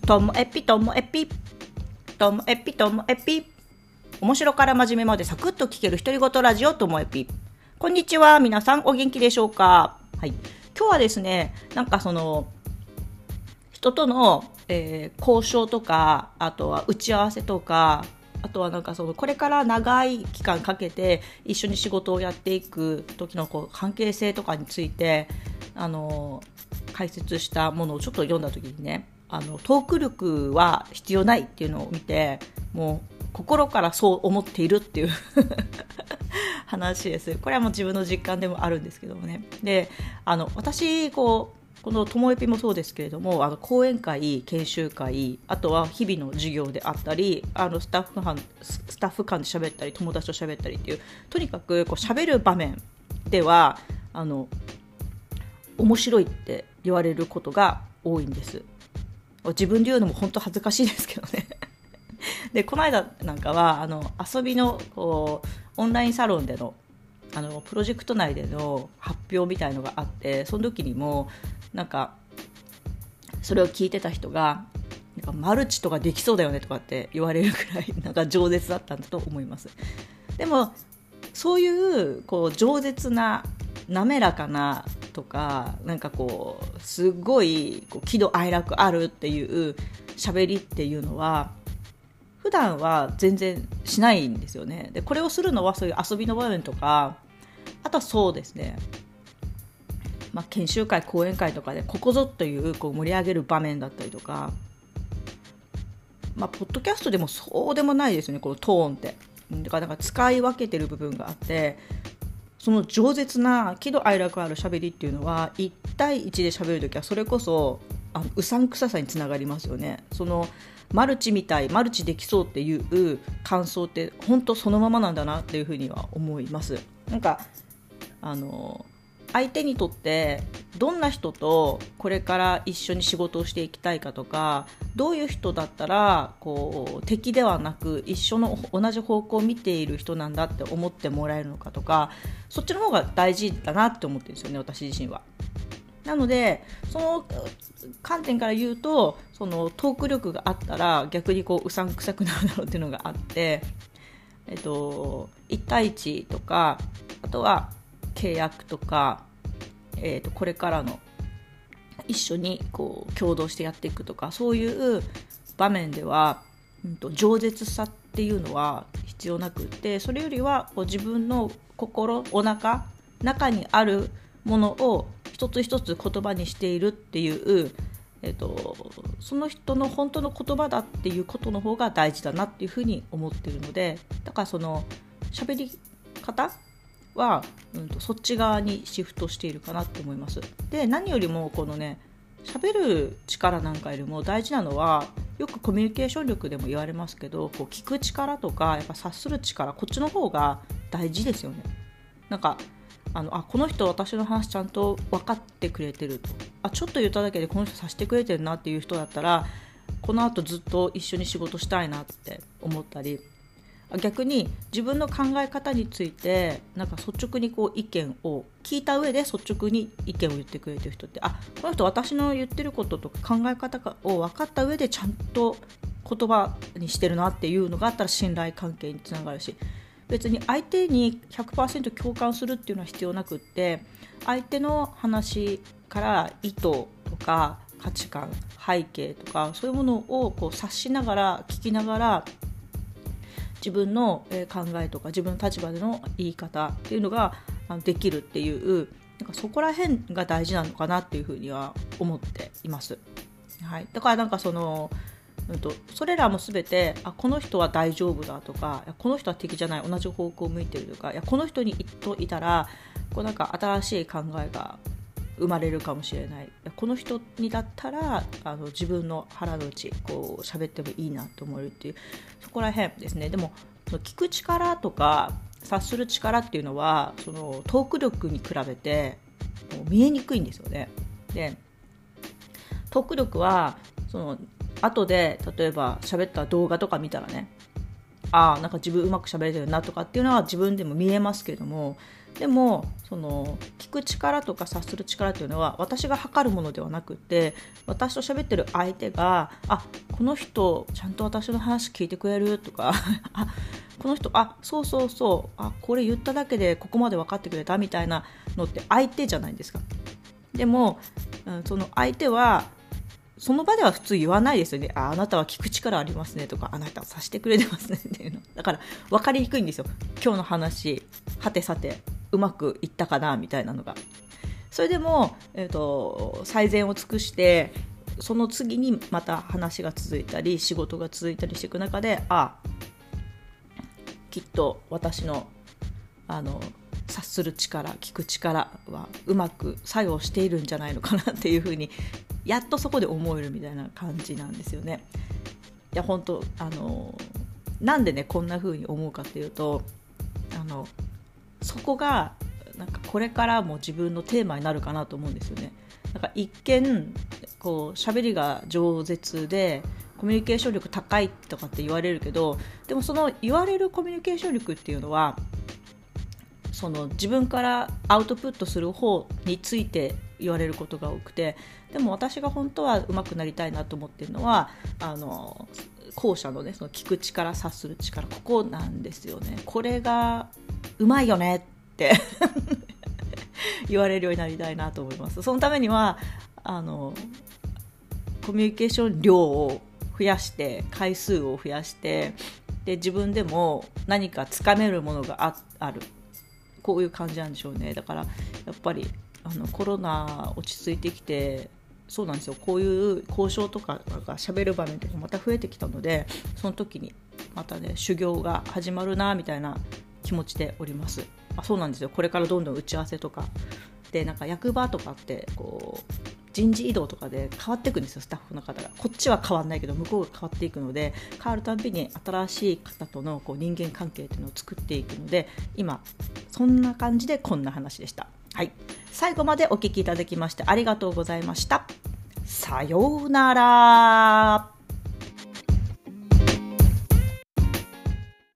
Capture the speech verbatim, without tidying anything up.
ともえぴともえぴともえぴともえぴ面白から真面目までサクッと聞ける独り言ラジオともえぴ。こんにちは、皆さんお元気でしょうか。はい、今日はですね、なんかその人との、えー、交渉とか、あとは打ち合わせとか、あとはなんかそのこれから長い期間かけて一緒に仕事をやっていく時のこう関係性とかについてあの解説したものをちょっと読んだ時にね、あのトーク力は必要ないっていうのを見て、もう心からそう思っているっていう話です。これはもう自分の実感でもあるんですけどもね。で、あの私こうこのともえぴもそうですけれども、あの講演会、研修会、あとは日々の授業であったり、あのスタッフ間スタッフ間で喋ったり、友達と喋ったりっていう、とにかくこう喋る場面ではあの面白いって言われることが多いんです。自分で言うのも本当恥ずかしいですけどねで、この間なんかはあの遊びのこうオンラインサロンでのあのプロジェクト内での発表みたいのがあって、その時にもなんかそれを聞いてた人がなんかマルチとかできそうだよねとかって言われるくらいなんか饒舌だったんだと思います。でもそういう、こう饒舌な滑らかなとか、なんかこうすごいこう喜怒哀楽あるっていう喋りっていうのは普段は全然しないんですよね。でこれをするのはそういう遊びの場面とか、あとはそうですね、まあ、研修会講演会とかでここぞという、こう盛り上げる場面だったりとか、まあ、ポッドキャストでもそうでもないですよね、このトーンって。だからなんか使い分けてる部分があって、その饒舌な喜怒哀楽ある喋りっていうのはいち対いちで喋るときはそれこそあのうさんくささにつながりますよね。そのマルチみたい、マルチできそうっていう感想って本当そのままなんだなっていうふうには思います。なんかあの相手にとってどんな人とこれから一緒に仕事をしていきたいかとか、どういう人だったらこう敵ではなく一緒の同じ方向を見ている人なんだって思ってもらえるのかとか、そっちの方が大事だなって思ってるんですよね、私自身は。なのでその観点から言うと、そのトーク力があったら逆にこううさんくさくなるだろうっていうのがあって、えっと、いち対いちとか、あとは契約とか、えー、とこれからの一緒にこう共同してやっていくとか、そういう場面では、うん、と饒舌さっていうのは必要なくって、それよりはこう自分の心、お腹中にあるものを一つ一つ言葉にしているっていう、えー、とその人の本当の言葉だっていうことの方が大事だなっていうふうに思っているので、だからその喋り方は、うん、とそっち側にシフトしているかなと思います。で、何よりもこのね、喋る力なんかよりも大事なのは、よくコミュニケーション力でも言われますけど、こう聞く力とかやっぱ察する力、こっちの方が大事ですよね。なんかあのあこの人私の話ちゃんと分かってくれてると、あちょっと言っただけでこの人察してくれてるなっていう人だったら、この後ずっと一緒に仕事したいなって思ったり、逆に自分の考え方についてなんか率直にこう意見を聞いた上で率直に意見を言ってくれてる人って、あこの人私の言ってることとか考え方を分かった上でちゃんと言葉にしてるなっていうのがあったら信頼関係につながるし、別に相手に ひゃくパーセント 共感するっていうのは必要なくって、相手の話から意図とか価値観、背景とかそういうものをこう察しながら聞きながら、自分の考えとか自分の立場での言い方っていうのができるっていう、なんかそこら辺が大事なのかなっていうふうには思っています。はい、だからなんかその、うん、とそれらも全て、あこの人は大丈夫だとか、この人は敵じゃない、同じ方向を向いてるとか、いやこの人にといたらこうなんか新しい考えが生まれるかもしれない、この人にだったらあの自分の腹の内こう喋ってもいいなと思えるっていう、そこら辺ですね。でも聞く力とか察する力っていうのはそのトーク力に比べて見えにくいんですよね。でトーク力はその後で例えば喋った動画とか見たらね、あなんか自分うまく喋れてるなとかっていうのは自分でも見えますけれども、 でもその聞く力とか察する力というのは私が測るものではなくて、私と喋ってる相手があこの人ちゃんと私の話聞いてくれるとかあこの人あそうそうそうあこれ言っただけでここまで分かってくれたみたいなのって相手じゃないですか。でも、うん、その相手はその場では普通言わないですよね。 あ, あなたは聞く力ありますねとか、あなたは察してくれてますねっていうのだから分かりにくいんですよ。今日の話はてさてうまくいったかなみたいなのが。それでも、えーと、最善を尽くしてその次にまた話が続いたり仕事が続いたりしていく中で、あきっと私のあの察する力聞く力はうまく作用しているんじゃないのかなっていうふうにやっとそこで思えるみたいな感じなんですよね。いや本当あのなんでねこんな風に思うかっていうと、あのそこがなんかこれからも自分のテーマになるかなと思うんですよね。なんか一見こう喋りが饒舌でコミュニケーション力高いとかって言われるけど、でもその言われるコミュニケーション力っていうのはその自分からアウトプットする方について言われることが多くて、でも私が本当は上手くなりたいなと思っているのはあの後者のね、その聞く力察する力、ここなんですよね。これがうまいよねって言われるようになりたいなと思います。そのためにはあのコミュニケーション量を増やして回数を増やしてで自分でも何かつかめるものが あ, あるこういう感じなんでしょうね。だからやっぱりあのコロナ落ち着いてきて、そうなんですよ、こういう交渉とかが喋る場面とかまた増えてきたので、その時にまたね修行が始まるなみたいな気持ちでおります。あ、そうなんですよ。これからどんどん打ち合わせとかでなんか役場とかってこう人事異動とかで変わっていくんですよ、スタッフの方が。こっちは変わんないけど向こうが変わっていくので、変わるたびに新しい方とのこう人間関係というのを作っていくので、今そんな感じでこんな話でした。はい、最後までお聞きいただきましてありがとうございました。さようなら。